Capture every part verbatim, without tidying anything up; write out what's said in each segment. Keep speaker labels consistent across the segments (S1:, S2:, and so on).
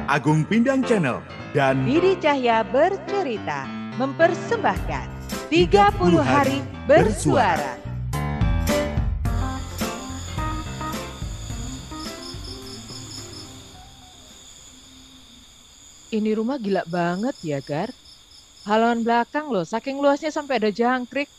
S1: Agung Pindang Channel dan
S2: Didi Cahya bercerita mempersembahkan tiga puluh hari bersuara. Ini rumah gila banget ya, Gar. Halaman belakang loh, saking luasnya sampai ada jangkrik.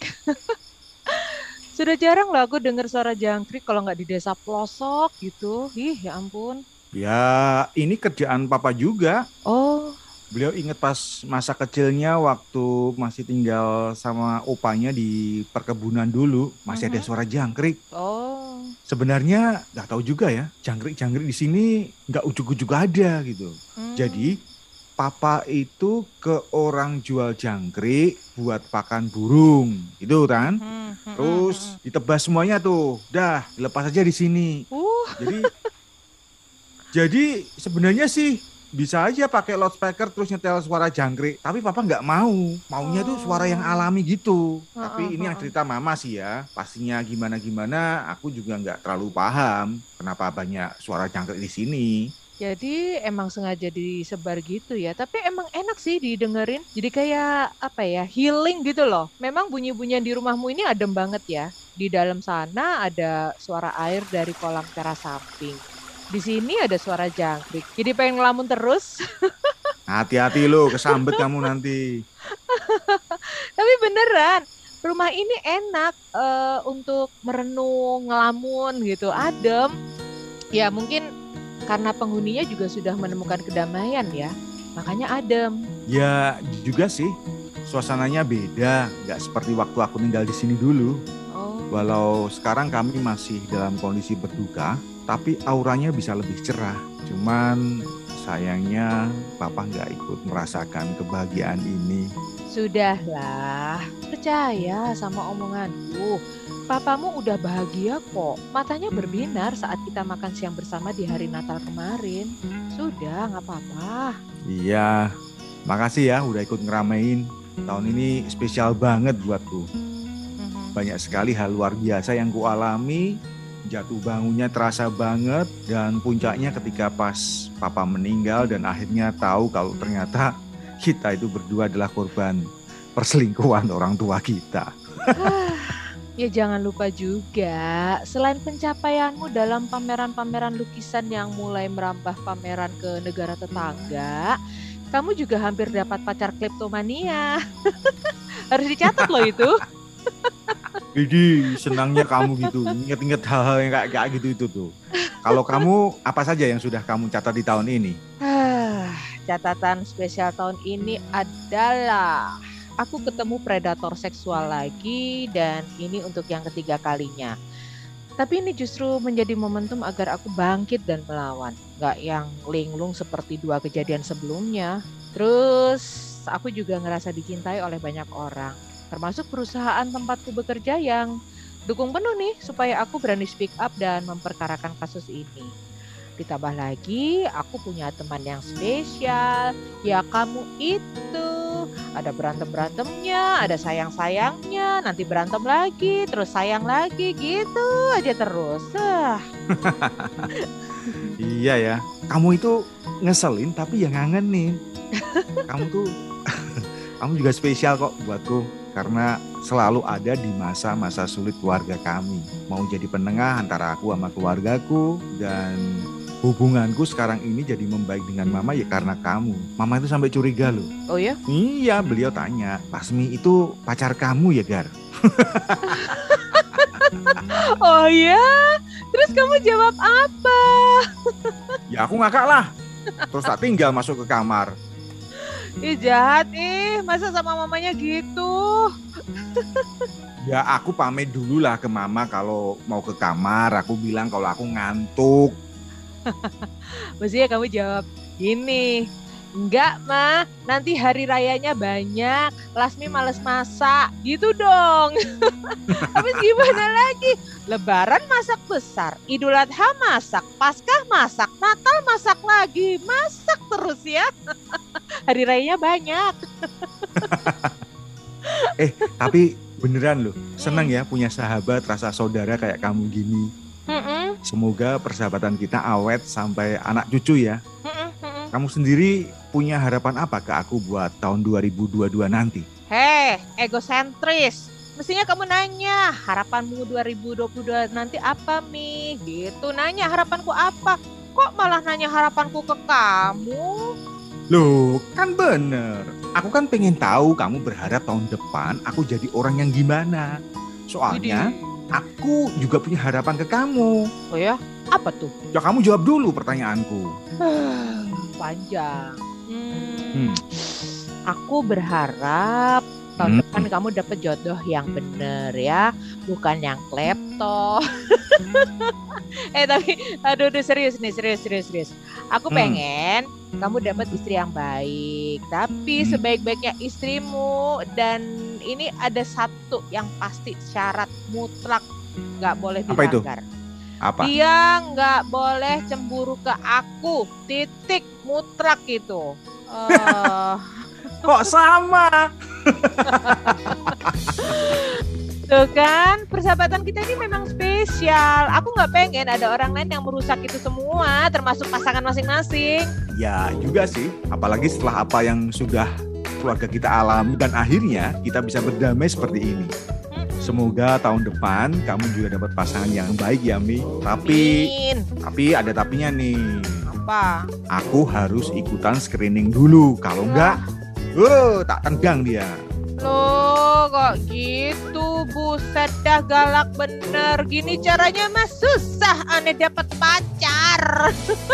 S2: Sudah jarang loh aku dengar suara jangkrik kalau nggak di desa pelosok gitu. Ih, ya ampun.
S1: ya ini kerjaan Papa juga.
S2: Oh,
S1: Beliau ingat pas masa kecilnya waktu masih tinggal sama opanya di perkebunan dulu, masih ada
S2: mhm.
S1: suara jangkrik.
S2: Oh,
S1: Sebenarnya nggak tahu juga ya, jangkrik-jangkrik di sini nggak ujuk-ujuk ada gitu.
S2: hmm,
S1: Jadi Papa itu ke orang jual jangkrik buat pakan burung, gitu kan?
S2: mhm, mhm,
S1: Terus
S2: mhm.
S1: ditebas semuanya tuh, dah dilepas aja di sini.
S2: Uh,
S1: Jadi Jadi sebenarnya sih bisa aja pakai loudspeaker terus nyetel suara jangkrik. Tapi papa nggak mau. Maunya tuh suara yang
S2: oh,
S1: alami gitu.
S2: heeh,
S1: Tapi ini yang
S2: heeh.
S1: cerita mama sih ya. Pastinya gimana-gimana aku juga nggak terlalu paham. Kenapa banyak suara jangkrik di sini.
S2: Jadi emang sengaja disebar gitu ya. Tapi emang enak sih didengerin. Jadi kayak apa ya, healing gitu loh. Memang bunyi-bunyian di rumahmu ini adem banget ya. Di dalam sana ada suara air dari kolam teras samping. Di sini ada suara jangkrik. Jadi pengen ngelamun terus.
S1: Hati-hati lo, kesambet kamu nanti.
S2: Tapi beneran, rumah ini enak eh, untuk merenung, ngelamun gitu, adem. Ya mungkin karena penghuninya juga sudah menemukan kedamaian ya. Makanya adem.
S1: Ya juga sih, suasananya beda. Nggak seperti waktu aku tinggal di sini dulu.
S2: Oh.
S1: Walau sekarang kami masih dalam kondisi berduka, tapi auranya bisa lebih cerah. Cuman sayangnya papa nggak ikut merasakan kebahagiaan ini.
S2: Sudahlah, percaya sama omonganku. Papamu udah bahagia kok. Matanya berbinar saat kita makan siang bersama di hari Natal kemarin. Sudah, nggak apa-apa.
S1: Iya, makasih ya udah ikut ngeramein. Tahun ini spesial banget buatku.
S2: Mhm.
S1: Banyak sekali hal luar biasa yang kualami. Jatuh bangunnya terasa banget dan puncaknya ketika pas papa meninggal dan akhirnya tahu kalau ternyata kita itu berdua adalah korban perselingkuhan orang tua kita.
S2: Hah, ya jangan lupa juga, selain pencapaianmu dalam pameran-pameran lukisan yang mulai merambah pameran ke negara tetangga, kamu juga hampir dapat pacar kleptomania. Harus dicatat loh itu.
S1: Jadi senangnya kamu gitu, inget-inget hal-hal yang kayak, kayak gitu itu tuh. Kalau kamu apa saja yang sudah kamu catat di tahun ini?
S2: Ah, catatan spesial tahun ini adalah aku ketemu predator seksual lagi dan ini untuk yang ketiga kalinya. Tapi ini justru menjadi momentum agar aku bangkit dan melawan. Gak yang linglung seperti dua kejadian sebelumnya. Terus aku juga ngerasa dicintai oleh banyak orang. Termasuk perusahaan tempatku bekerja yang dukung penuh nih supaya aku berani speak up dan memperkarakan kasus ini. Ditambah lagi aku punya teman yang spesial. Ya kamu itu. Ada berantem-berantemnya, ada sayang-sayangnya, nanti berantem lagi, terus sayang lagi gitu aja terus. Ah.
S1: Iya ya, kamu itu ngeselin tapi yang ngangenin. Kamu tuh, kamu juga spesial kok buatku. Karena selalu ada di masa-masa sulit keluarga kami. Mau jadi penengah antara aku sama keluargaku. Dan hubunganku sekarang ini jadi membaik dengan mama ya karena kamu. Mama itu sampai curiga loh.
S2: Oh ya?
S1: Iya, beliau tanya, Pasmi itu pacar kamu ya Gar?
S2: Oh ya? Terus kamu jawab apa?
S1: Ya aku ngakak lah. Terus tak tinggal masuk ke kamar.
S2: Ih jahat ih, masa sama mamanya gitu?
S1: Ya aku pamit dulu lah ke mama kalau mau ke kamar. Aku bilang kalau aku ngantuk.
S2: Maksudnya kamu jawab gini, enggak mah, nanti hari rayanya banyak, Lasmi males masak, gitu dong. Habis gimana lagi? Lebaran masak besar, Idul Adha masak, Paskah masak, Natal masak lagi, masak terus ya. Hari rayanya banyak.
S1: Eh tapi beneran loh, senang
S2: Hmm.
S1: ya punya sahabat rasa saudara kayak kamu gini.
S2: Mm-mm.
S1: Semoga persahabatan kita awet sampai anak cucu ya.
S2: Mm-mm. Mm-mm.
S1: Kamu sendiri punya harapan apa ke aku buat tahun dua ribu dua puluh dua nanti?
S2: Heh, egosentris. Mestinya kamu nanya, harapanmu dua ribu dua puluh dua nanti apa, Mi? Gitu, nanya harapanku apa. Kok malah nanya harapanku ke kamu?
S1: Loh, kan bener. Aku kan pengen tahu kamu berharap tahun depan aku jadi orang yang gimana. Soalnya
S2: Widih.
S1: aku juga punya harapan ke kamu.
S2: Oh ya, apa tuh?
S1: Ya kamu jawab dulu pertanyaanku.
S2: Panjang. Hmm,
S1: Hmm.
S2: Aku berharap tahun
S1: Hmm.
S2: depan kamu dapet jodoh yang bener ya, bukan yang klepto. eh tapi, aduh, aduh serius nih, serius, serius, serius. Aku
S1: Hmm.
S2: pengen kamu dapat istri yang baik, tapi
S1: Hmm.
S2: sebaik-baiknya istrimu. Dan ini ada satu yang pasti syarat mutlak nggak boleh
S1: Apa itu?
S2: dilanggar.
S1: Apa?
S2: Dia nggak boleh cemburu ke aku, titik, mutlak itu. Eh,
S1: Kok sama?
S2: Tuh kan, persahabatan kita ini memang spesial. Aku nggak pengen ada orang lain yang merusak itu semua, termasuk pasangan masing-masing.
S1: Ya juga sih, apalagi setelah apa yang sudah keluarga kita alami dan akhirnya kita bisa berdamai seperti ini. Semoga tahun depan kamu juga dapat pasangan yang baik ya Mi. Tapi,
S2: Amin.
S1: tapi ada tapinya nih.
S2: Apa?
S1: Aku harus ikutan screening dulu. Kalau enggak, oh, tak tendang dia.
S2: Loh, kok gitu? Buset dah, galak bener. Gini caranya mah susah aneh dapat pacar.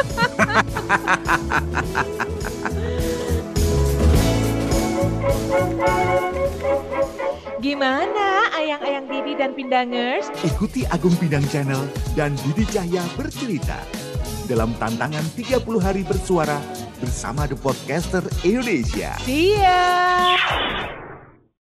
S2: Gimana ayang-ayang Didi dan Pindangers?
S1: Ikuti Agung Bidang Channel dan Didi Cahya bercerita dalam tantangan tiga puluh hari bersuara bersama The Podcaster Indonesia.
S2: See ya.